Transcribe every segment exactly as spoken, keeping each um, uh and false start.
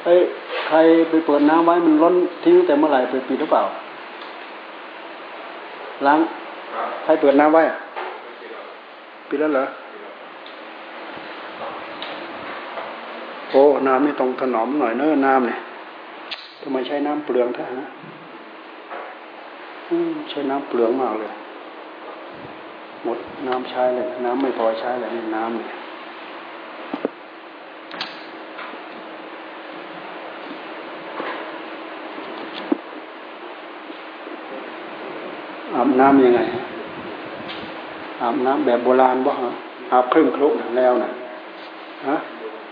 เอ้ยใครไปเปิดน้ำไว้มันล้นทิ้งแต่เมื่อไหร่ไปปิดหรือเปล่าล้างใครเปิดน้ำไว้ปิดแล้วเหรอโอ้น้ำนี่ต้องถนอมหน่อยเนอะน้ำเนี่ยทำไมใช้น้ำเปลืองท่าฮะใช้น้ำเปลืองมากเลยหมดน้ำใช้เลยน้ำไม่พอใช้เลยนี่น้ำเนี่ยอาบน้ำยังไงอาบน้ำแบบโบราณบ่ฮะอาบครึ่งครุกแล้วน่ะฮะ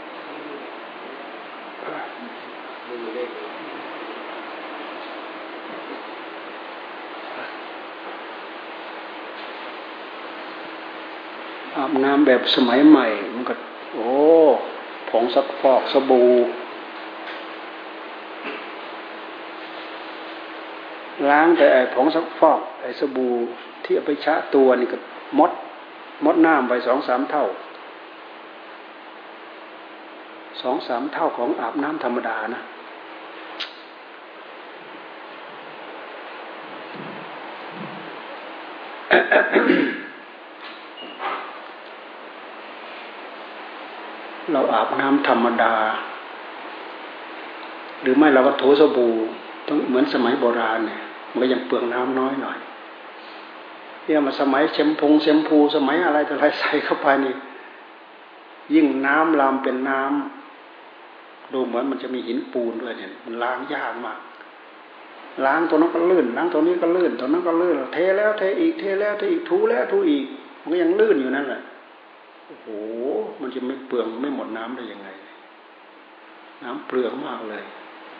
อาบน้ำแบบสมัยใหม่มันก็โอ้ผงซักฟอกสบู่ล้างแต่ไอ้ผงซักฟอกไอ้สบู่ที่เอาไปชะตัวนี่ก็มดมดน้ำไปสองสามเท่าสองสามเท่าของอาบน้ำธรรมดานะเราอาบน้ำธรรมดาหรือไม่เราก็ถูสบู่ต้องเหมือนสมัยโบราณเนี่ยมันก็ยังเปลืองน้ำน้อยหน่อยเนี่ยมาสมัยแชมพงแชมพูสมัยอะไรแต่อะไรใส่เข้าไปนี่ยิ่งน้ำลามเป็นน้ำดูเหมือนมันจะมีหินปูนด้วยเนี่ยมันล้างยากมากล้างตัวนั้นก็ลื่นล้างตัวนี้ก็ลื่นตัวนั้นก็ลื่นเทแล้วเทอีกเทแล้วเทอีกถูแล้วถูอีกมันก็ยังลื่นอยู่นั่นแหละโอ้โหมันจะไม่เปลืองไม่หมดน้ำได้ยังไงน้ำเปลืองมากเลย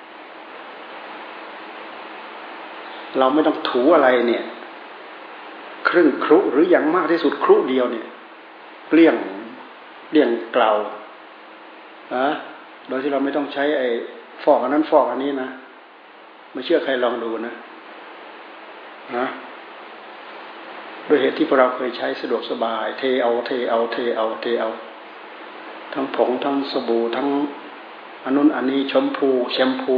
เราไม่ต้องถูอะไรเนี่ยครึ่งครุหรืออย่างมากที่สุดครุเดียวเนี่ยเกลี้ยงเกลี้ยงเกลาอะโดยที่เราไม่ต้องใช้ไอ้ฟอกอันนั้นฟอกอันนี้นะไม่เชื่อใครลองดูนะนะด้วยเหตุที่พวกเราเคยใช้สะดวกสบายเทเอาเทเอาเทเอาเทเอาทั้งผงทั้งสบู่ทั้งอันนู้นอันนี้แชมพูแชมพู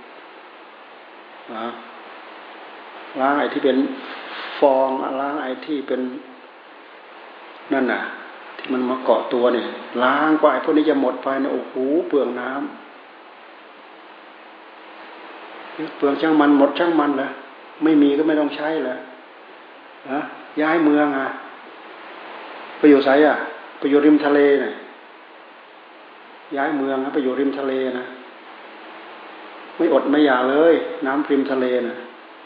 นะล้างไอ้ที่เป็นฟองล้างไอ้ที่เป็นนั่นน่ะที่มันมาเกาะตัวเนี่ยล้างกว่าไอ้พวกนี้จะหมดไปเนี่ยโอ้โหเปลืองน้ำเปลืองช่างมันหมดช่างมันเลยไม่มีก็ไม่ต้องใช้เลยนะย้ายเมืองอ่ะไปอยู่ไสอ่ะไปอยู่ริมทะเลน่ะย้ายเมืองนะไปอยู่ริมทะเลนะไม่อดไม่อยากเลยน้ำริมทะเลน่ะ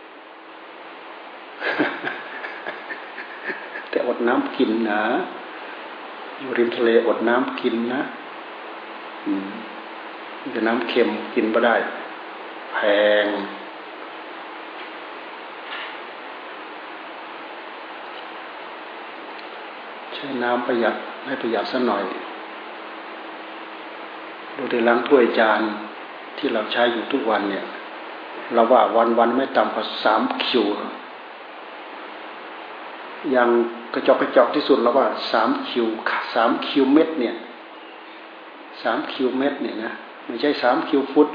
แต่อดน้ำกินนะอยู่ริมทะเลอดน้ำกินนะอืมแต่น้ำเค็มกินไม่ได้แพงใช้น้ำประหยัดให้ประหยัดสักหน่อยดูในล้างถ้วยจานที่เราใช้อยู่ทุกวันเนี่ยเราว่าวันวันไม่ต่ำกว่าสามคิวอย่างกระจอกกระจอกที่สุดเราว่าสามคิวสามคิวเม็ดเนี่ยสามคิวเม็ดเนี่ยนะไม่ใช่สามคิวฟุต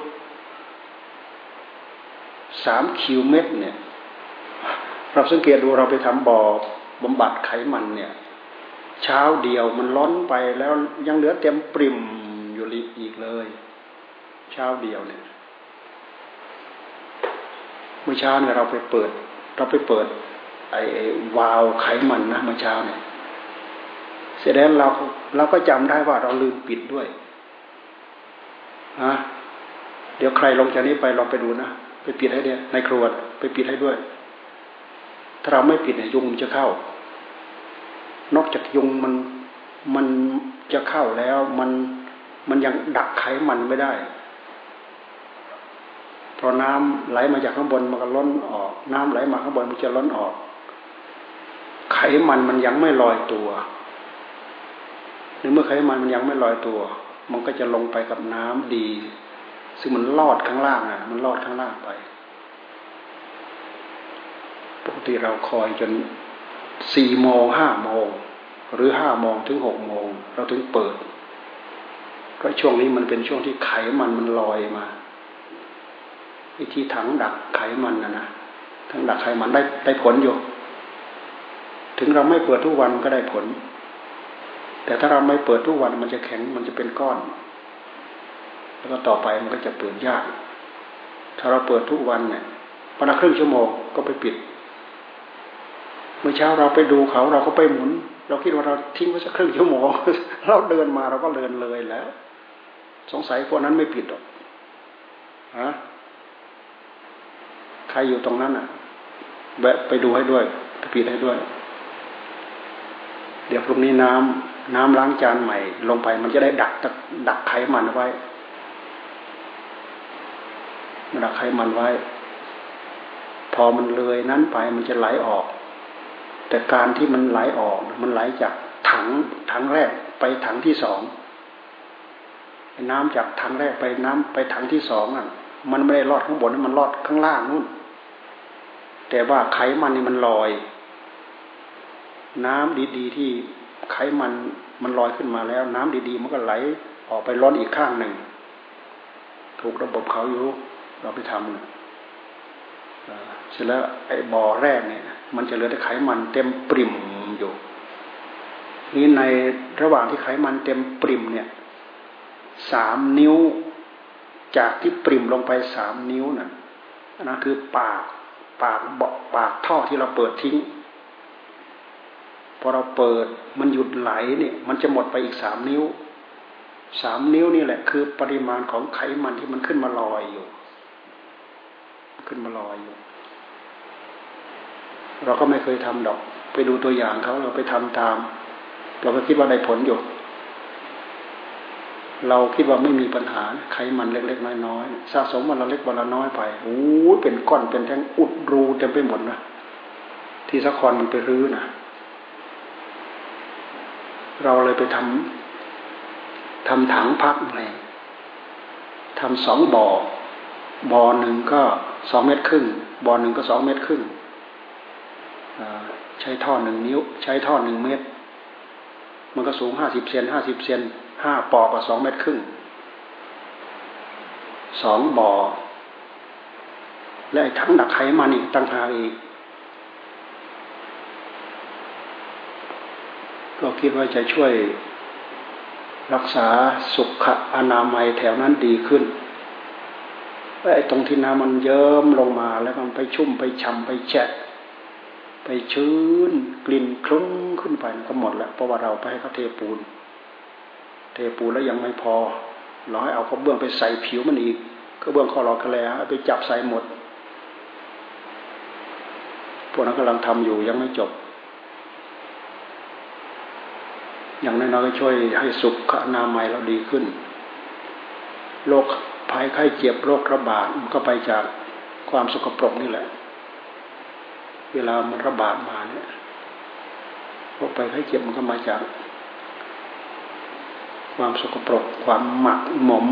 สามคิวเม็ดเนี่ยเราสังเกตดูเราไปทำบ่อบำบัดไขมันเนี่ยเช้าเดียวมันล้นไปแล้วยังเหลือเต็มปริ่มอยู่อีกเลยเช้าเดียวเนี่ยเมื่อเช้าเนี่ยเราไปเปิดเราไปเปิดไอ้วาล์วไขมันนะเมื่อเช้าเนี่ยเสร็จแล้วเราเราก็จำได้ว่าเราลืมปิดด้วยฮะเดี๋ยวใครลงจากนี้ไปลองไปดูนะไปปิดให้เนี่ยในครัวไปปิดให้ด้วยถ้าเราไม่ปิดเนี่ยยุงจะเข้านอกจากยุงมันมันจะเข้าแล้วมันมันยังดักไขมันไม่ได้เพราะน้ำไหลมาจากข้างบนมันก็ล้นออกน้ำไหลมาข้างบนมันจะล้นออกไขมันมันยังไม่ลอยตัวในเมื่อไขมันมันยังไม่ลอยตัวมันก็จะลงไปกับน้ำดีซึ่งมันลอดข้างล่างอ่ะมันลอดข้างล่างไปปกติเราคอยจนสี่โมงห้าโมงหรือห้าโมงถึงหกโมงเราถึงเปิดก็ช่วงนี้มันเป็นช่วงที่ไขมันมันลอยมาไอ้ที่ถังดักไขมันนะนะถังดักไขมันได้ได้ผลอยู่ถึงเราไม่เปิดทุกวันก็ได้ผลแต่ถ้าเราไม่เปิดทุกวันมันจะแข็งมันจะเป็นก้อนแล้วก็ต่อไปมันก็จะเปิดยากถ้าเราเปิดทุกวันเนี่ยวันละครึ่งชั่วโมงก็ไปปิดเมื่อเช้าเราไปดูเขาเราก็ไปหมุนเราคิดว่าเราทิ้งไว้สักครึ่งชั่วโมงเราเดินมาเราก็เดินเลยแล้วสงสัยพวกนั้นไม่ปิดหรอกฮะใครอยู่ตรงนั้นอ่ะแวะไปดูให้ด้วยไปปิดให้ด้วยเดี๋ยวพรุ่งนี้น้ำน้ำล้างจานใหม่ลงไปมันจะได้ดักดักไขมันไว้ดักไขมันไว้พอมันเลยนั้นไปมันจะไหลออกแต่การที่มันไหลออกมันไหลจากถังถังแรกไปถังที่สองน้ำจากถังแรกไปน้ำไปถังที่สองอ่ะมันไม่ได้ลอดข้างบนมันลอดข้างล่างนู่นแต่ว่าไขมันนี่มันลอยน้ำดีๆที่ไขมันมันลอยขึ้นมาแล้วน้ำดีๆมันก็ไหลออกไปล้นอีกข้างหนึ่งถูกระบบเขาอยู่เราไปทำเสร็จแล้วไอ้บ่อแรกเนี่ยมันจะเหลือแต่ไขมันเต็มปริ่มอยู่นี่ในระหว่างที่ไขมันเต็มปริ่มเนี่ยสามนิ้วจากที่ปริ่มลงไปสามนิ้วน่ะนั่นคือปากปากเบาะปากท่อที่เราเปิดทิ้งพอเราเปิดมันหยุดไหลเนี่ยมันจะหมดไปอีกสามนิ้วสามนิ้วนี่แหละคือปริมาณของไขมันที่มันขึ้นมาลอยอยู่ขึ้นมาลอยอยู่เราก็ไม่เคยทำดอกไปดูตัวอย่างเขาเราไปทำตามเราก็คิดว่าได้ผลอยู่เราคิดว่าไม่มีปัญหาไขมันเล็กๆน้อยๆสะสมวันละเล็กวันละน้อยไปโอ้ยเป็นก้อนเป็นแท่งอุดรูเต็มไปหมดนะที่สะครมันไปรื้อนะเราเลยไปทำทำถังพักเลยทำสองบ่อบ่อหนึ่งก็สองเมตรครึ่งบ่อหนึ่งก็สองเมตรครึ่งใช้ท่อหนึ่งนิ้วใช้ท่อหนึ่งเมตรมันก็สูงห้าสิบเซนห้าสิบเซนห้าปอกกับสองเมตรครึ่งสองบ่อและทั้งดักไขมันอีกตั้งหากอีกก็คิดว่าจะช่วยรักษาสุขอนามัยแถวนั้นดีขึ้นไอ้ตรงที่น้ำมันเยิ้มลงมาแล้วมันไปชุ่มไปฉ่ำไปแฉะไปชื้นกลิ่นคลุ้งขึ้นไปก็หมดแล้วเพราะว่าเราไปให้เขาเทปูนเทปูนแล้วยังไม่พอเราให้เอากระเบื้องไปใส่ผิวมันอีกกระเบื้องข้อหลอกกระแลไปจับใส่หมดพวกนั้นกำลังทำอยู่ยังไม่จบอย่างน้อยๆก็ช่วยให้สุขอนามัยเราดีขึ้นโรคภัยไข้เจ็บโรคระบาดมันก็ไปจากความสกปรกนี่แหละเวลามันระบาดมาเนี่ยโรคภัยไข้เจ็บมันก็มาจากความสกปรกความหมักหมม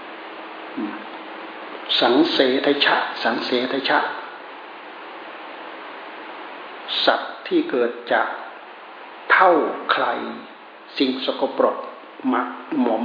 สังเสทชะสังเสทชะสัตว์ที่เกิดจากเท่าใครสิ่งสกปรกหมักหมม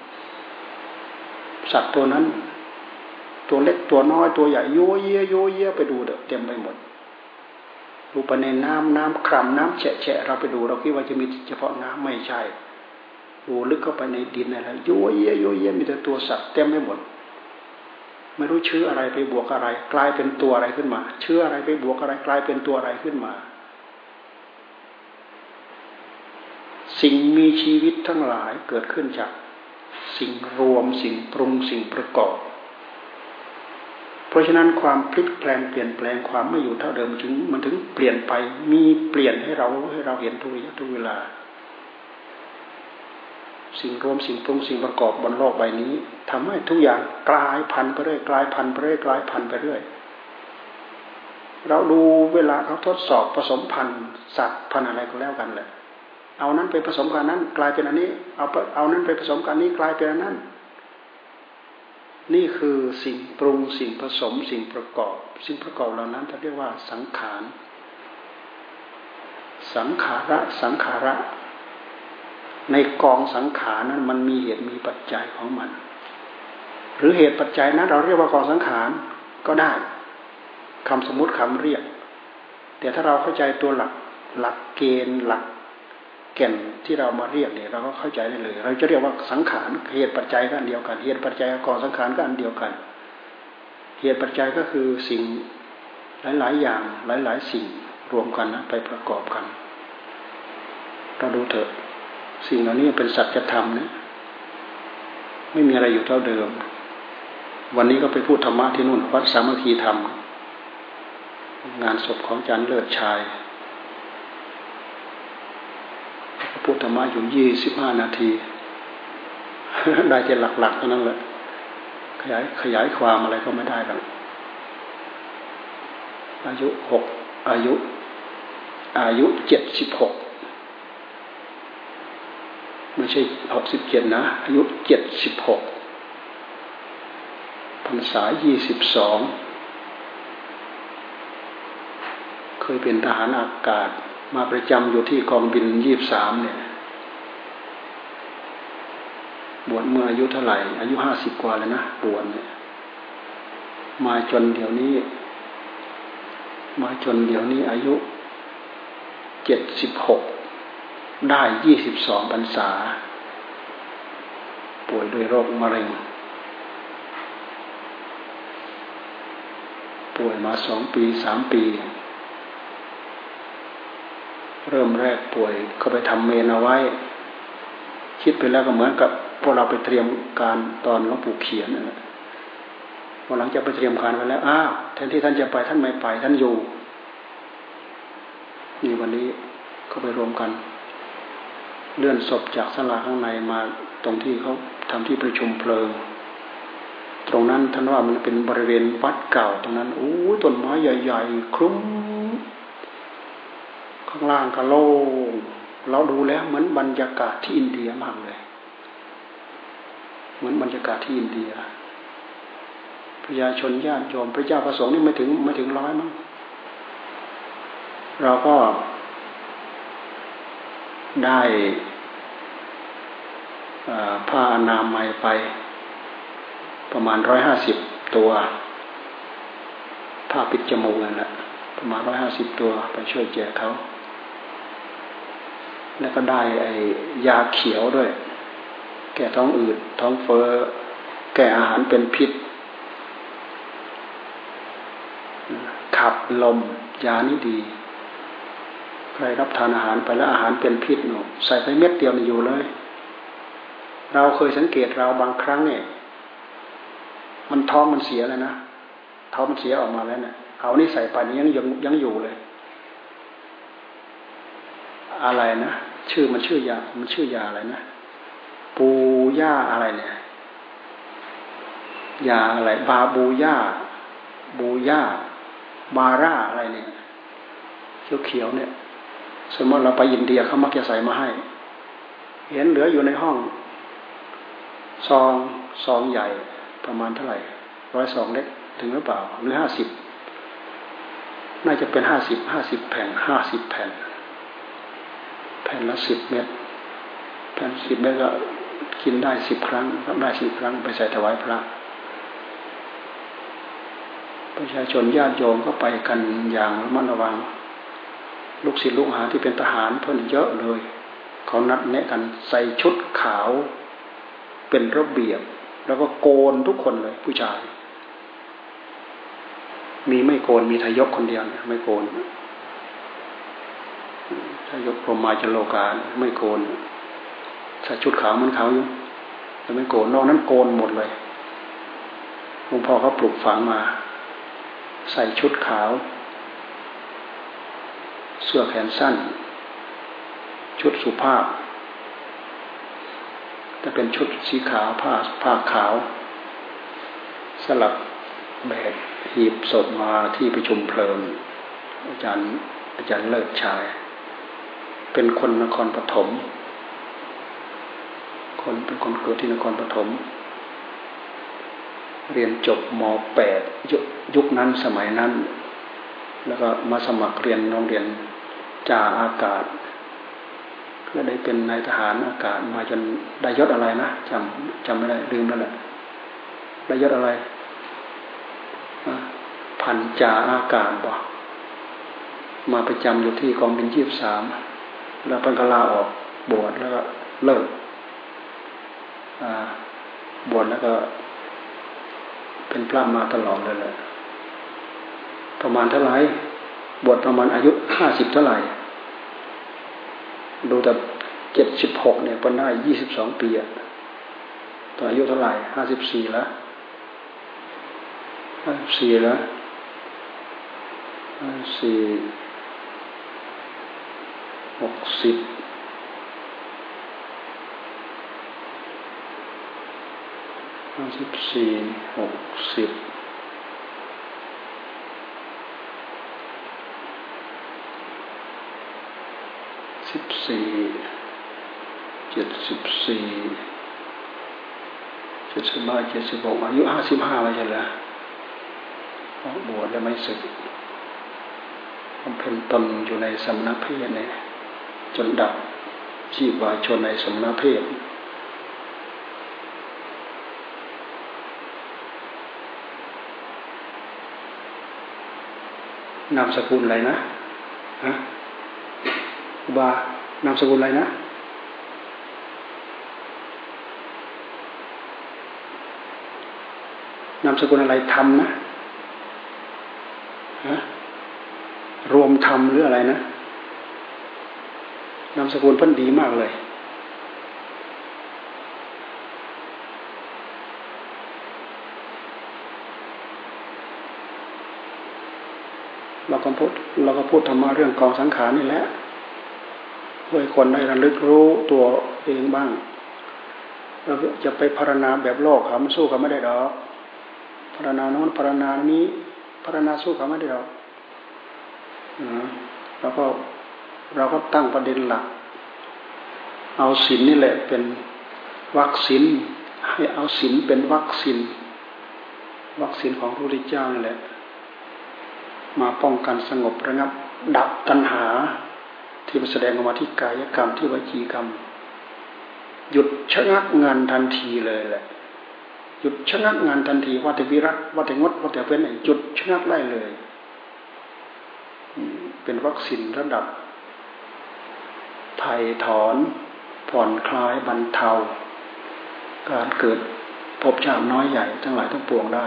สัตว์ตัวนั้นตัวเล็กตัวน้อยตัวใหญ่โยเยโยเยไปดูเต็มไปหมดดูไปในน้ำน้ำคร่ำน้ำแฉะแฉะเราไปดูเราคิดว่าจะมีเฉพาะน้ำไม่ใช่ดูลึกเข้าไปในดินอะไรโยเยโยเยมีแต่ตัวสัตว์เต็มไปหมดไม่รู้เชื้ออะไรไปบวกอะไรกลายเป็นตัวอะไรขึ้นมาเชื้ออะไรไปบวกอะไรกลายเป็นตัวอะไรขึ้นมาสิ่งมีชีวิตทั้งหลายเกิดขึ้นจากสิ่งรวมสิ่งปรุงสิ่งประกอบเพราะฉะนั้นความพลิกแปลงเปลี่ยนแปลงความไม่อยู่เท่าเดิมถึงมันถึงเปลี่ยนไปมีเปลี่ยนให้เราให้เราเห็นทุกระยะทุกเวลาสิ่งรวมสิ่งปรุงสิ่งประกอบบนโลกใบนี้ทำให้ทุกอย่างกลายพันธุ์ไปเรื่อยกลายพันธุ์ไปเรื่อยกลายพันธุ์ไปเรื่อยเราดูเวลาเขาทดสอบผสมพันธุ์สัตว์พันธุ์อะไรก็แล้วกันแหละเอานั้นไปผสมกันนั้นกลายเป็นอันนี้เอาเอานั้นไปผสมกันนี้กลายเป็นอันนั้นนี่คือสิ่งปรุงสิ่งผสมสิ่งประกอบสิ่งประกอบเหล่านั้นจะเรียกว่าสังขารสังขาระสังขาระในกองสังขารนั้นมันมีเหตุมีปัจจัยของมันหรือเหตุปัจจัยนั้นเราเรียกว่ากองสังขารก็ได้คำสมมุติคำเรียกแต่ถ้าเราเข้าใจตัวหลักหลักเกณฑ์หลักแก่นที่เรามาเรียกเนี่ยเราก็เข้าใจได้เลยเราจะเรียกว่าสังขารเหตุปัจจัยก็อันเดียวกันเหตุปัจจัยกองสังขารก็อันเดียวกันเหตุปัจจัยก็คือสิ่งหลายๆอย่างหลายๆสิ่งรวมกันนะไปประกอบกันเราดูเถอะสิ่งเหล่านี้เป็นสัจธรรมนะไม่มีอะไรอยู่เท่าเดิมวันนี้ก็ไปพูดธรรมะที่นู่นวัดสามัคคีธรรมงานศพของอาจารย์เลิศชายพูดธรรมะอยู่ยี่สิบห้านาทีได้แต่หลักๆเท่านั้นแหละขยายขยายความอะไรก็ไม่ได้หรอกอายุหกอายุอายุเจ็ดสิบหกไม่ใช่หกสิบเจ็ดนะอายุเจ็ดสิบหกพรรษายี่สิบสองเคยเป็นทหารอากาศมาประจำอยู่ที่กองบินยี่สิบสามเนี่ยบวชเมื่ออายุเท่าไหร่อายุห้าสิบกว่าเลยนะบวชเนี่ยมาจนเดี๋ยวนี้มาจนเดี๋ยวนี้อายุเจ็ดสิบหกได้ยี่สิบสองพรรษาป่วยด้วยโรคมะเร็งป่วยมาสองปีสามปีเริ่มแรกป่วยก็ไปทำเมนเอาไว้คิดไปแล้วก็เหมือนกับพวกเราไปเตรียมการตอนหลวงปู่เขียนนั่นแหละพอหลังจากไปเตรียมการไว้แล้วอ้าวแทนที่ท่านจะไปท่านไม่ไปท่านอยู่นี่วันนี้ก็ไปรวมกันเลื่อนศพจากศาลาข้างในมาตรงที่เขาทำที่ประชุมเพลิงตรงนั้นท่านว่ามันเป็นบริเวณวัดเก่าตรงนั้นโอ้ต้นไม้ใหญ่ๆคลุ้มข้างล่างก็โล่งเราดูแล้วเหมือนบรรยากาศที่อินเดียมากเลยเหมือนบรรยากาศที่อินเดียประชาชนญาติโยมพระเจ้าประสงค์นี่ไม่ถึงไม่ถึงร้อยมั้งเราก็ได้ผ้าอนามัยไปประมาณร้อยห้าสิบตัวผ้าปิดจมูกนั่นแหละประมาณร้อยห้าสิบตัวไปช่วยแจกเขาแล้วก็ได้ไอ้ยาเขียวด้วยแก้ท้องอืดท้องเฟ้อแก้อาหารเป็นพิษขับลมยานี่ดีใครรับทานอาหารไปแล้วอาหารเป็นพิษเนาะใส่ไปเม็ดเดียวนี่อยู่เลยเราเคยสังเกตเราบางครั้งเนี่ยมันท้องมันเสียแล้วนะท้องมันเสียออกมาแล้วเนี่ยเอานี่ใส่ไปยังยังยังอยู่เลยอะไรนะชื่อมันชื่อยามันชื่อยาอะไรนะปูย่าอะไรเนี่ยยาอะไรบาบูย่าบูย่าบาร่าอะไรเนี่ยเขียวๆเนี่ยสมมติเราไปอินเดียเขามักจะใส่มาให้เห็นเหลืออยู่ในห้องซองซองใหญ่ประมาณเท่าไหร่ร้อยซองเล็กถึงหรือเปล่าหรือห้าสิบน่าจะเป็นห้าสิบห้าสิบแผ่นห้าสิบแผ่นแผ่นละสิบเม็ดแผ่นสิบเม็ดก็กินได้สิบครั้งรับได้สิบครั้งไปใส่ถวายพระประชาชนญาติโยมก็ไปกันอย่างระมัดระวังลูกศิษย์ลูกหาที่เป็นทหารเพิ่นเยอะเลยเขานัดแนะกันใส่ชุดขาวเป็นระเบียบแล้วก็โกนทุกคนเลยผู้ชายมีไม่โกนมีทายกคนเดียวไม่โกนทายกพรหมาจโลกาไม่โกนใส่ชุดขาวมันขาวอยู่แต่ไม่โกนนอกนั้นโกนหมดเลยหลวงพ่อเขาปลูกฝังมาใส่ชุดขาวเสื้อแขนสั้นชุดสุภาพแต่เป็นชุดสีขาวผ้าผ้าขาวสลับแบกหีบศพมาที่ประชุมเพลิงอาจารย์อาจารย์เลิศชายเป็นคนนครปฐมคนเป็นคนเกิดที่นครปฐมเรียนจบม.แปด ยุคนั้นสมัยนั้นแล้วก็มาสมัครเรียนโรงเรียนจ่าอากาศแล้วได้เป็นนายทหารอากาศมาจนได้ยศอะไรนะจำจำไม่ได้ลืมแล้วแหละได้ยศอะไรพันจ่าอากาศบ่มาประจำอยู่ที่กองบินยี่สิบสามแล้วพันกลาออกบวชแล้วก็เลิกบวชแล้วก็เป็นพระมาตลอดเลยแหละประมาณเท่าไหร่บวชประมาณอายุห้าสิบเท่าไหร่ดูแต่เจ็ดสิบหกเนี่ยเป็นได้ยี่สิบสองปีอะตอนอายุเท่าไหร่ห้าสิบสี่แล้วห้าสิบสี่แล้วห้าสี่หกสิบห้าสิบสี่หกสิบสิบสี่เจ็ดสิบสี่เจ็ดสิบห้าเจ็ดสิบหกอายุห้าสิบห้าแล้วใช่ไหมบวชแล้วไม่สึกบำเพ็ญตนอยู่ในสมณเพศเนี่ยจนดับชีวาชนในสมณเพศนามสกุลอะไรนะฮะบานามสกุลอะไรนะนามสกุลอะไรธรรมนะฮะรวมธรรมหรืออะไรนะนามสกุลเพิ่นดีมากเลยเราก็พูดเราก็พูดธรรมะเรื่องกองสังขารนี่แหละเพื่อให้คนได้ระลึกรู้ตัวเองบ้างเราจะไปพารณาแบบโลกเขามันสู้เขาไม่ได้ดอกพารณาโน้นพารณานี้พารณาสู้เขาไม่ได้ดอกเราก็เราก็ตั้งประเด็นหลักเอาศีลนี่แหละเป็นวัคซีนให้เอาศีลเป็นวัคซีนวัคซีนของพระพุทธเจ้านี่แหละมาป้องกันสงบระงับดับตัณหาที่มันแสดงออกมาที่กายกรรมที่วจีกรรมหยุดชะงักงานทันทีเลยแหละหยุดชะงักงานทันทีว่าแต่วิรัตว่าแต่งดว่าแต่เป็นหยุดชะงักได้เลยเป็นวัคซีนระดับไถ่ถอนผ่อนคลายบรรเทาการเกิดภพชาติน้อยใหญ่ทั้งหลายทั้งปวงได้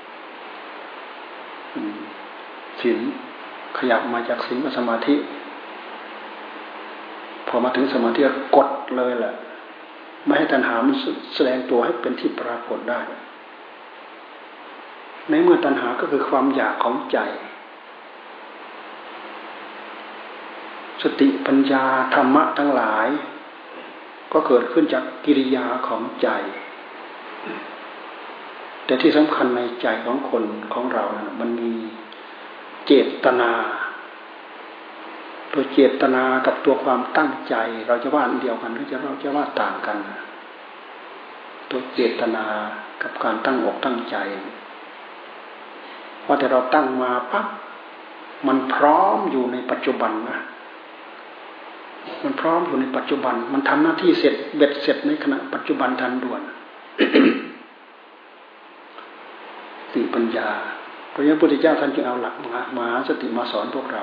ศีลขยับมาจากศีลกับสมาธิพอมาถึงสมาธิกดเลยแหละไม่ให้ตัณหามันแสดงตัวให้เป็นที่ปรากฏได้ในเมื่อตัณหาก็คือความอยากของใจสติปัญญาธรรมะทั้งหลายก็เกิดขึ้นจากกิริยาของใจแต่ที่สำคัญในใจของคนของเรานะมันมีเจตนาตัวเจตนากับตัวความตั้งใจเราจะว่าอันเดียวกันหรือจะเราจะว่าต่างกันตัวเจตนากับการตั้งอกตั้งใจว่าแต่เราตั้งมาปั๊บมันพร้อมอยู่ในปัจจุบันนะมันพร้อมอยู่ในปัจจุบันมันทำหน้าที่เสร็จเบ็ดเสร็จในขณะปัจจุบันทันด่วน สติปัญญาเพราะฉะนั้นพระพุทธเจ้าท่านจึงเอาหลักมหาสติมาสอนพวกเรา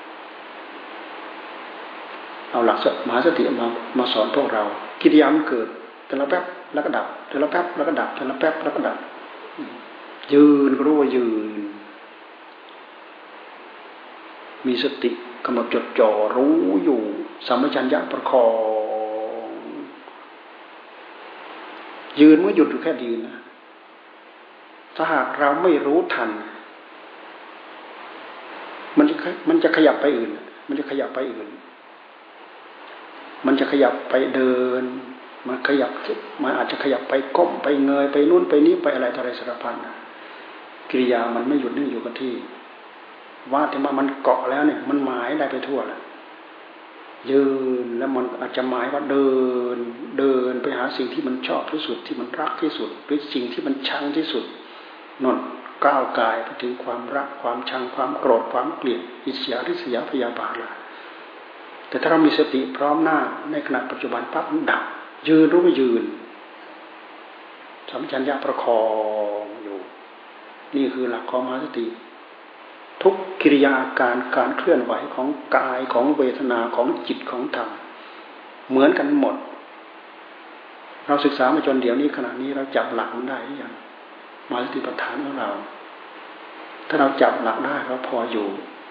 เอาหลักมหาสติมามาสอนพวกเรากิริยามันเกิดแต่ละแป๊บแล้วก็ดับแต่ละแป๊บแล้วก็ดับแต่ละแป๊บแล้วก็ดับยืนก็รู้ว่ายืนมีสติกำหนดจดจ่อรู้อยู่สัมปชัญญะประคองยืนเมื่อหยุดอยู่แค่ยืนนะถ้าหากเราไม่รู้ทันมันจะมันจะขยับไปอื่นมันจะขยับไปอื่นมันจะขยับไปเดินมันขยับมันอาจจะขยับไปก้มไปเงยไปนู่นไปนี่ไปอะไรต่ออะไรสารพัดกิริยามันไม่หยุดนิ่งอยู่กับที่ว่าแต่ว่ามันเกาะแล้วเนี่ยมันหมายได้ไปทั่วแล้วยืนแล้วมันอาจจะหมายว่าเดินเดินไปหาสิ่งที่มันชอบที่สุดที่มันรักที่สุดหรือสิ่งที่มันชังที่สุดนนก้าวกายไปถึงความรักความชังความโกรธความเกลียดอิจฉาริษยาพยาบาทละแต่ถ้าเรามีสติพร้อมหน้าในขณะปัจจุบันปั๊บดับยืนรู้ไม่ยืนสัมปชัญญะประคองอยู่นี่คือหลักของมหาสติทุกกิริยาการการเคลื่อนไหวของกายของเวทนาของจิตของธรรมเหมือนกันหมดเราศึกษามาจนเดี๋ยวนี้ขณะนี้เราจับหลักมันได้หรือยังมหาสติปัฏฐานของเราถ้าเราจับหลักได้เราพออยู่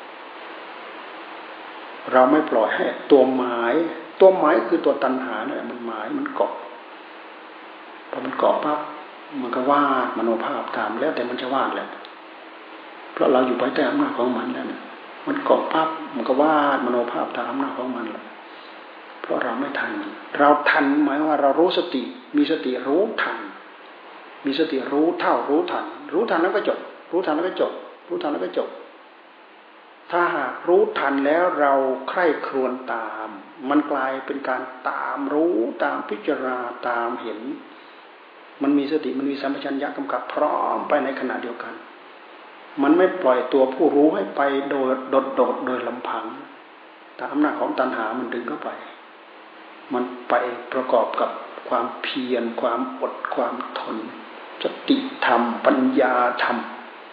เราไม่ปล่อยให้ตัวหมายตัวหมายคือตัวตัณหาเนี่ยมันหมายมันเกาะพอมันเกาะปั๊บมันก็วาดมโนภาพตามแล้วแต่มันจะวาดแหละเพราะเราอยู่ภายใต้อำนาจของมันแล้วเนี่ยมันเกาะปั๊บมันก็วาดมโนภาพตามอำนาจของมันแหละเพราะเราไม่ทันเราทันหมายว่าเรารู้สติมีสติรู้ทันมีสติรู้เท่ารู้ทันรู้ทันแล้วก็จบรู้ทันแล้วก็จบรู้ทันแล้วก็จบถ้าหากรู้ทันแล้วเราใคร่ครวญตามมันกลายเป็นการตามรู้ตามพิจารณาตามเห็นมันมีสติมันมีสัมปชัญญะกำกับพร้อมไปในขณะเดียวกันมันไม่ปล่อยตัวผู้รู้ให้ไปโดยโดดโดดโดยลำพังแต่อำนาจของตัณหามันดึงเข้าไปมันไปประกอบกับความเพียรความอดความทนสติธรรมปัญญาธรรม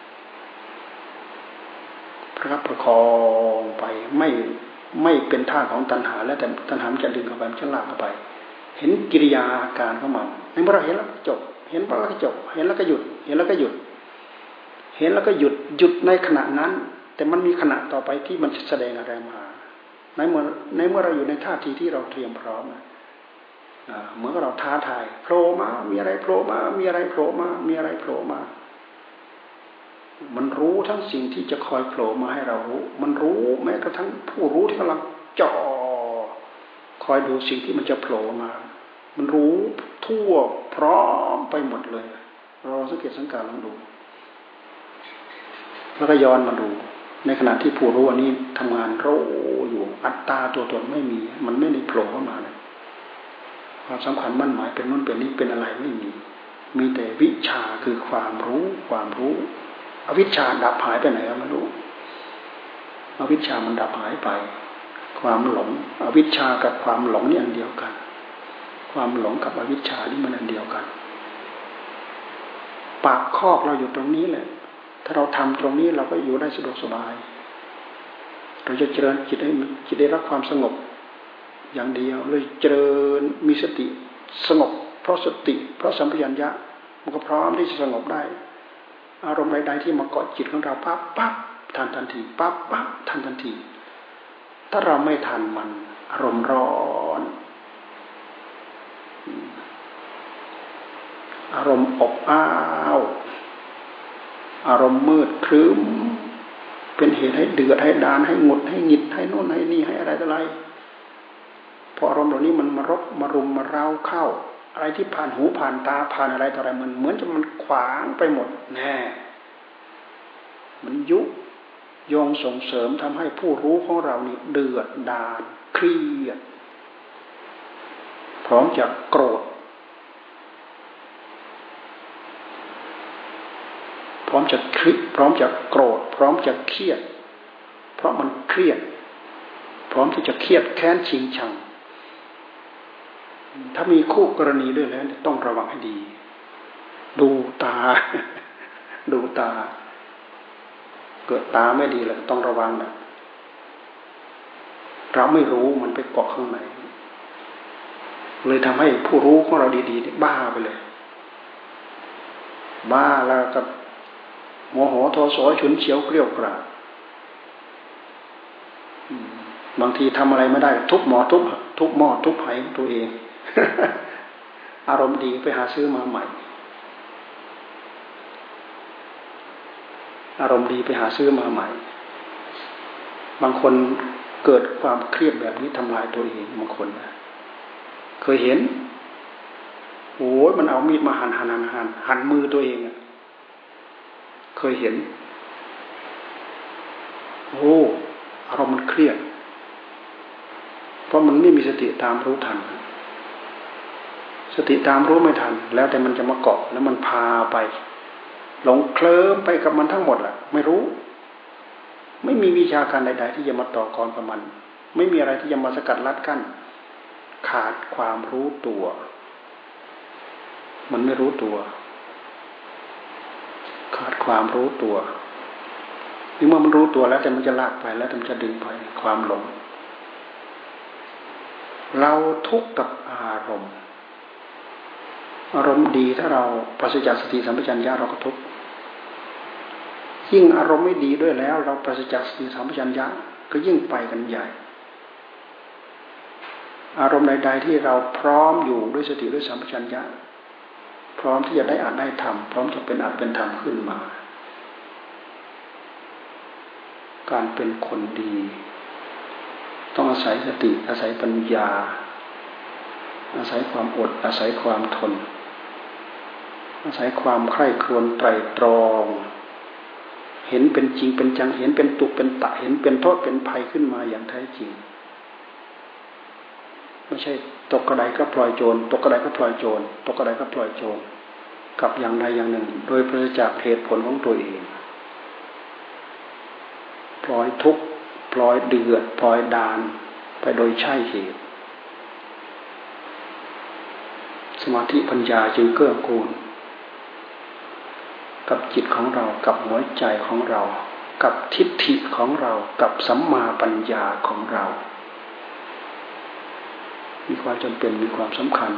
ประคับประคองไปไม่ไม่เป็นท่าของตัณหาแล้วแต่ตัณหามันจะดึงเข้าไปมันจะลากเข้าไปเห็นกิริยาอาการของมันในเมื่อเราเห็นแล้วจบเห็นแล้วก็จบเห็นแล้วก็หยุดเห็นแล้วก็หยุดเห็นแล้วก็หยุดหยุดในขณะนั้นแต่มันมีขณะต่อไปที่มันจะแสดงอะไรมาในเมื่อในเมื่อเราอยู่ในท่าทีที่เราเตรียมพร้อมเหมือนกับเราท้าทายโผล่มามีอะไรโผล่มามีอะไรโผล่มามีอะไรโผล่มามันรู้ทั้งสิ่งที่จะคอยโผล่มาให้เรารู้มันรู้แม้กระทั่งผู้รู้ที่กำลังจ่อคอยดูสิ่งที่มันจะโผล่มามันรู้ทั่วพร้อมไปหมดเลยเราสังเกตสังการลองดูแล้วก็ย้อนมาดูในขณะที่ผู้รู้อันนี้ทำงานรู้อยู่อัตตาตัวตนไม่มีมันไม่ได้โผล่เข้ามาเลยความสำคัญมั่นหมายเป็นนู่นเป็นนี้เป็นอะไรไม่มีมีแต่วิชาคือความรู้ความรู้อวิชชาดับหายไปไหนก็ไม่รู้อวิชชามันดับหายไปความหลงอวิชชากับความหลงนี่อันเดียวกันความหลงกับอวิชชานี่มันอันเดียวกันปากคอกเราอยู่ตรงนี้แหละถ้าเราทำตรงนี้เราก็อยู่ได้สะดวกสบายเราจะเจริญจิตให้จิตได้รับความสงบอย่างเดียวเลยเจริญมีสติสงบเพราะสติเพราะสัมปชัญญะมันก็พร้อมที่จะสงบได้อารมณ์ใดๆที่มาเกาะจิตของเราปั๊บปั๊บทันทันทีปั๊บปั๊บทันทันทีถ้าเราไม่ทันมันอารมณ์ร้อนอารมณ์อบอ้าวอารมณ์มืดครึ้มเป็นเหตุให้เดือดให้ดานให้หงุดให้หงิดให้โน่นให้นี่ให้อะไรต่ออะไรพออารมณ์เหล่านี้มันมารบมารุมมาเร้าเข้าอะไรที่ผ่านหูผ่านตาผ่านอะไรต่ออะไรมันเหมือนจะมันขวางไปหมดแน่มันยุยงส่งเสริมทำให้ผู้รู้ของเรานี่เดือดดาลเครียดพร้อมจะโกรธพร้อมจะคลิกพร้อมจะโกรธพร้อมจะเครียดเพราะมันเครียดพร้อมที่จะเครียดแค้นชิงชังถ้ามีคู่กรณีด้วยแล้วต้องระวังให้ดีดูตาดูตาเกิดตาไม่ดีแล้วต้องระวังนะเราไม่รู้มันไปเกาะข้างในเลยทำให้ผู้รู้ของเราดีๆบ้าไปเลยบ้าแล้วกับโมโหโทโสฉุนเฉียวเกลี้ยวกราดบางทีทำอะไรไม่ได้ทุบหมอทุบทุบหม้อทุบไหตัวเอง อารมณ์ดีไปหาซื้อมาใหม่อารมณ์ดีไปหาซื้อมาใหม่บางคนเกิดความเครียดแบบนี้ทำลายตัวเองบางคนนะเคยเห็นโอ้ยมันเอามีดมาหั่นหั่นหั่นหั่นหั่นมือตัวเองอ่ะเคยเห็นโอ้อารมณ์มันเครียดเพราะมันไม่มีสติตามรู้ทันสติตามรู้ไม่ทันแล้วแต่มันจะมาเกาะแล้วมันพาไปหลงเคลิ้มไปกับมันทั้งหมดแหละไม่รู้ไม่มีวิชาการใดๆที่จะมาต่อกรกับมันไม่มีอะไรที่จะมาสกัดลัดกั้นขาดความรู้ตัวมันไม่รู้ตัวขาดความรู้ตัวนี่เมื่อมันรู้ตัวแล้วแต่มันจะลากไปแล้วแต่มันจะดึงไปความหลงเราทุกข์กับอารมณ์อารมณ์ดีถ้าเราปราศจากสติสัมปชัญญะเราก็ทุกข์ยิ่งอารมณ์ไม่ดีด้วยแล้วเราปราศจากสติสัมปชัญญะก็ยิ่งไปกันใหญ่อารมณ์ใดๆที่เราพร้อมอยู่ด้วยสติด้วยสัมปชัญญะพร้อมที่จะได้อาจได้ทำพร้อมจะเป็นอาจเป็นธรรมขึ้นมาการเป็นคนดีต้องอาศัยสติอาศัยปัญญาอาศัยความอดอาศัยความทนอาศัยความใคร่ครวญไตร่ตรองเห็นเป็นจริงเป็นจังเห็นเป็นตุเป็นตะเห็นเป็นโทษเป็นภัยขึ้นมาอย่างแท้จริงไม่ใช่ตกกระไดก็ปล่อยโจรตกกระไดก็ปล่อยโจรตกกระไดก็ปล่อยโจรกับอย่างใดอย่างหนึ่งโดยปราศจากเหตุผลของตัวเองปล่อยทุกข์ปล่อยเดือดปล่อยดานไปโดยใช่เหตุสมาธิปัญญาจึงเกื้อกูลกับจิตของเรากับหัวใจของเรากับทิฏฐิของเรากับสัมมาปัญญาของเรามีความจำเป็นมีความสำคัญ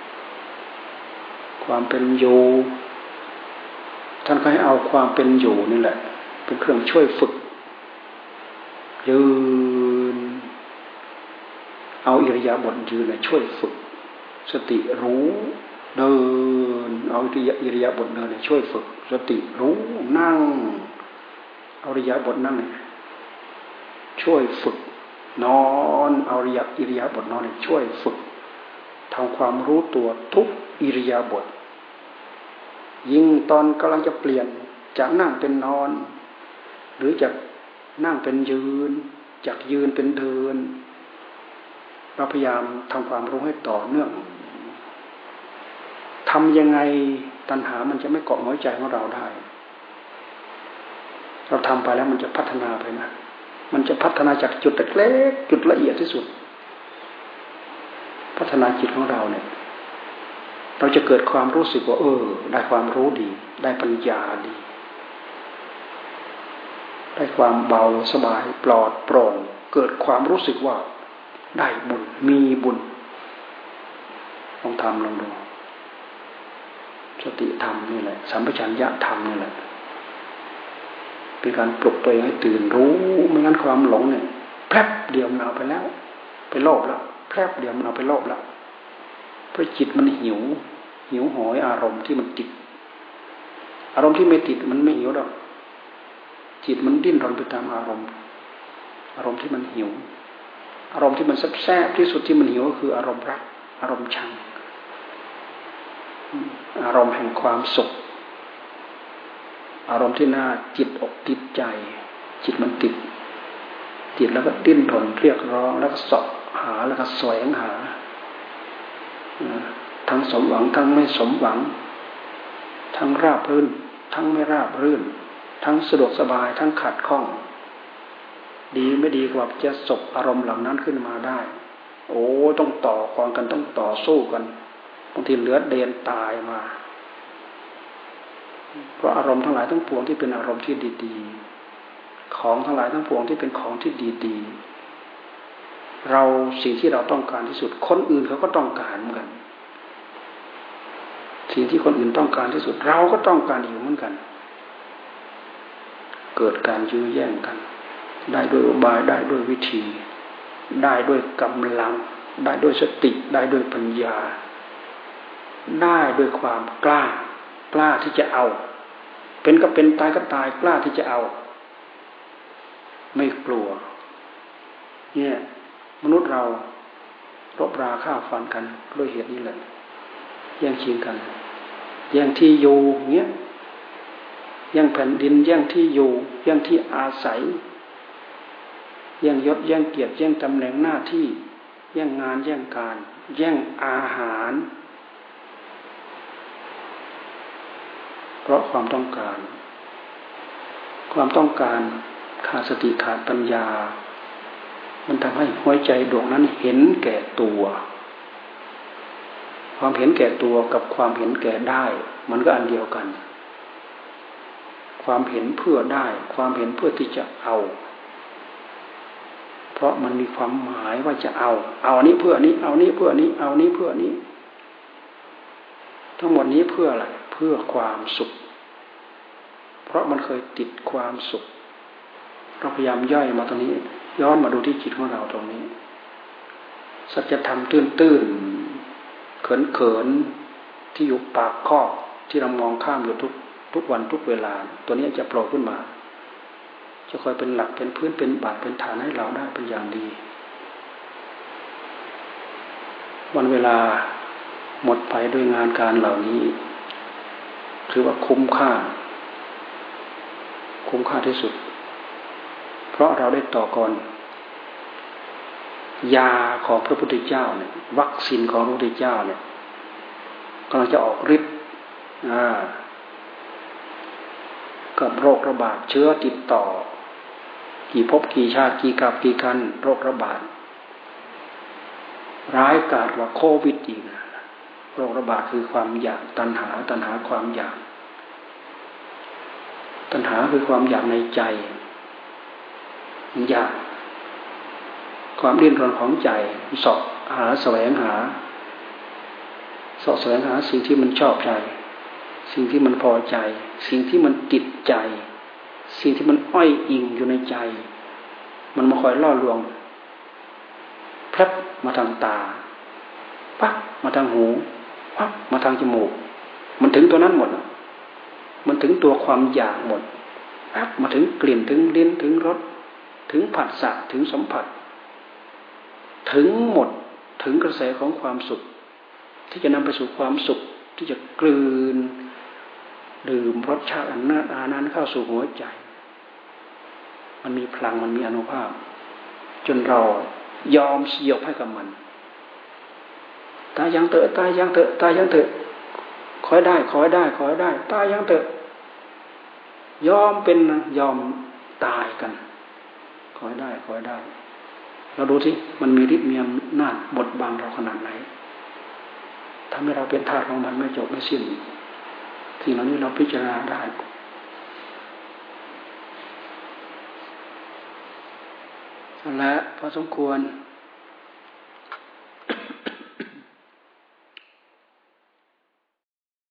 ความเป็นอยู่ท่านก็ให้เอาความเป็นอยู่นี่แหละเป็นเครื่องช่วยฝึกยืนเอาอิริยาบถยืนช่วยฝึกสติรู้เดินเอาอิริยาบถเดินช่วยฝึกสติรู้นั่งเอาอิริยาบถนั่งช่วยฝึกนอนเอาอิริยาบถนอนช่วยฝึกทำความรู้ตัวทุกอิริยาบถยิ่งตอนกำลังจะเปลี่ยนจากนั่งเป็นนอนหรือจากนั่งเป็นยืนจากยืนเป็นเดินเราพยายามทำความรู้ให้ต่อเนื่องทำยังไงตัณหามันจะไม่เกาะหัวใจของเราได้เราทำไปแล้วมันจะพัฒนาไปนะมันจะพัฒนาจากจุดเล็กๆจุดละเอียดที่สุดพัฒนาจิตของเราเนี่ยเราจะเกิดความรู้สึกว่าเออได้ความรู้ดีได้ปัญญาดีได้ความเบาสบายปลอดโปร่งเกิดความรู้สึกว่าได้บุญมีบุญลองทำลองดูสติธรรมนี่แหละสัมปชัญญะธรรมนี่แหละเป็นการปลุกตัวเองให้ตื่นรู้ไม่งั้นความหลงเนี่ยแพร่เดียวมันเอาไปแล้วไปโลภแล้วแพร่เดียวมันเอาไปโลภแล้วเพราะจิตมันหิวหิวโหยอารมณ์ที่มันติดอารมณ์ที่ไม่ติดมันไม่หิวหรอกจิตมันดิ้นรนไปตามอารมณ์อารมณ์ที่มันหิวอารมณ์ที่มันแซ่บๆที่สุดที่มันหิวก็คืออารมณ์รักอารมณ์ชังอารมณ์แห่งความสุขอารมณ์ที่น่าจิตอกติดใจจิตมันติดติดแล้วก็ดิ้นรนเรียกร้องแล้วก็เสาะหาแล้วก็แสวงหาทั้งสมหวังทั้งไม่สมหวังทั้งราบรื่นทั้งไม่ราบรื่นทั้งสะดวกสบายทั้งขัดข้องดีไม่ดีกว่าจะสบอารมณ์เหล่านั้นขึ้นมาได้โอ้ต้องต่อกรกันต้องต่อสู้กันบางทีเหลือเดนตายมาเพราะอารมณ์ทั้งหลายทั้งปวงที่เป็นอารมณ์ที่ดีๆของทั้งหลายทั้งปวงที่เป็นของที่ดีๆเราสิ่งที่เราต้องการที่สุดคนอื่นเขาก็ต้องการเหมือนกันสิ่งที่คนอื่นต้องการที่สุดเราก็ต้องการอยู่เหมือนกันเกิดการยื้อแย่งกันได้ด้วยอุบายได้ด้วยวิธีได้ด้วยกำลังได้ด้วยสติได้ด้วยปัญญาได้ด้วยความกล้ากล้าที่จะเอาเป็นก็เป็นตายก็ตายกล้าที่จะเอาไม่กลัวเนี่ยมนุษย์เรารบราฆ่าฟันกันด้วยเหตุนี้แหละแย่งชิงกันแย่งที่อยู่เงี้ยแย่งแผ่นดินแย่งที่อยู่แย่งที่อาศัยแย่งยศแย่งเกียรติแย่งตำแหน่งหน้าที่แย่งงานแย่งการแย่งอาหารเพราะความต้องการความต้องการขาดสติขาดปัญญามันทำให้หัวใจดวงนั้นเห็นแก่ตัวความเห็นแก่ตัวกับความเห็นแก่ได้มันก็อันเดียวกันความเห็นเพื่อได้ความเห็นเพื่อที่จะเอาเพราะมันมีความหมายว่าจะเอาเอานี้เพื่อนี้เอานี้เพื่อนี้เอานี้เพื่อนี้ทั้งหมดนี้เพื่ออะไรเพื่อความสุขเพราะมันเคยติดความสุขเราพยายามย่อยมาตรงนี้ย้อนมาดูที่จิตของเราตรงนี้สัจธรรมตื้นๆเขินๆที่อยู่ปากคอกที่เรามองข้ามอยู่ทุกทุกวันทุกเวลาตัวนี้จะโผล่ขึ้นมาจะคอยเป็นหลักเป็นพื้นเป็นบาดเป็นฐานให้เราได้เป็นอย่างดีวันเวลาหมดไปด้วยงานการเหล่านี้ถือว่าคุ้มค่าคุ้มค่าที่สุดเพราะเราได้ต่อกรยาของพระพุทธเจ้าเนี่ยวัคซีนของพระพุทธเจ้าเนี่ยกำลังจะออกฤทธิ์กับโรคระบาดเชื้อติดต่อกี่ภพกี่ชาติกี่กับกี่กันโรคระบาดร้ายกาจกว่าโควิดอีกโรคระบาดคือความอยากตัณหาตัณหาความอยากตัณหาคือความอยากในใจอยากความดิ้นรนของใจเสาะหาแสวงหาเสาะแสวงหาสิ่งที่มันชอบใจสิ่งที่มันพอใจสิ่งที่มันติดใจสิ่งที่มันอ้อยอิงอยู่ในใจมันมาคอยล่อลวงแพร่มาทางตาปั๊บมาทางหูปั๊บมาทางจมูกมันถึงตัวนั้นหมดมันถึงตัวความอยากหมดปั๊บมาถึงกลิ่นถึงลิ้นถึงรสถึงผัสสะถึงสัมผัสถึงหมดถึงกระแสของความสุขที่จะนำไปสู่ความสุขที่จะกลืนดื่มรสชาติอันนั้นอานั้นเข้าสู่หัวใจมันมีพลังมันมีอานุภาพจนเรายอมสยบให้กับมันตายยังเถอะตายยังเถอะตายยังเถอะขอให้ได้ขอให้ได้ขอให้ได้ตายยังเถอะยอมเป็นยอมตายกันขอให้ได้ขอให้ได้เราดูสิมันมีฤทธิ์มีอำนาจบดบังเราขนาดไหนทำให้เราเป็นทาสของมันไม่จบไม่สิ้นสิ่งเหล่านี้เราพิจารณาได้และพอสมควร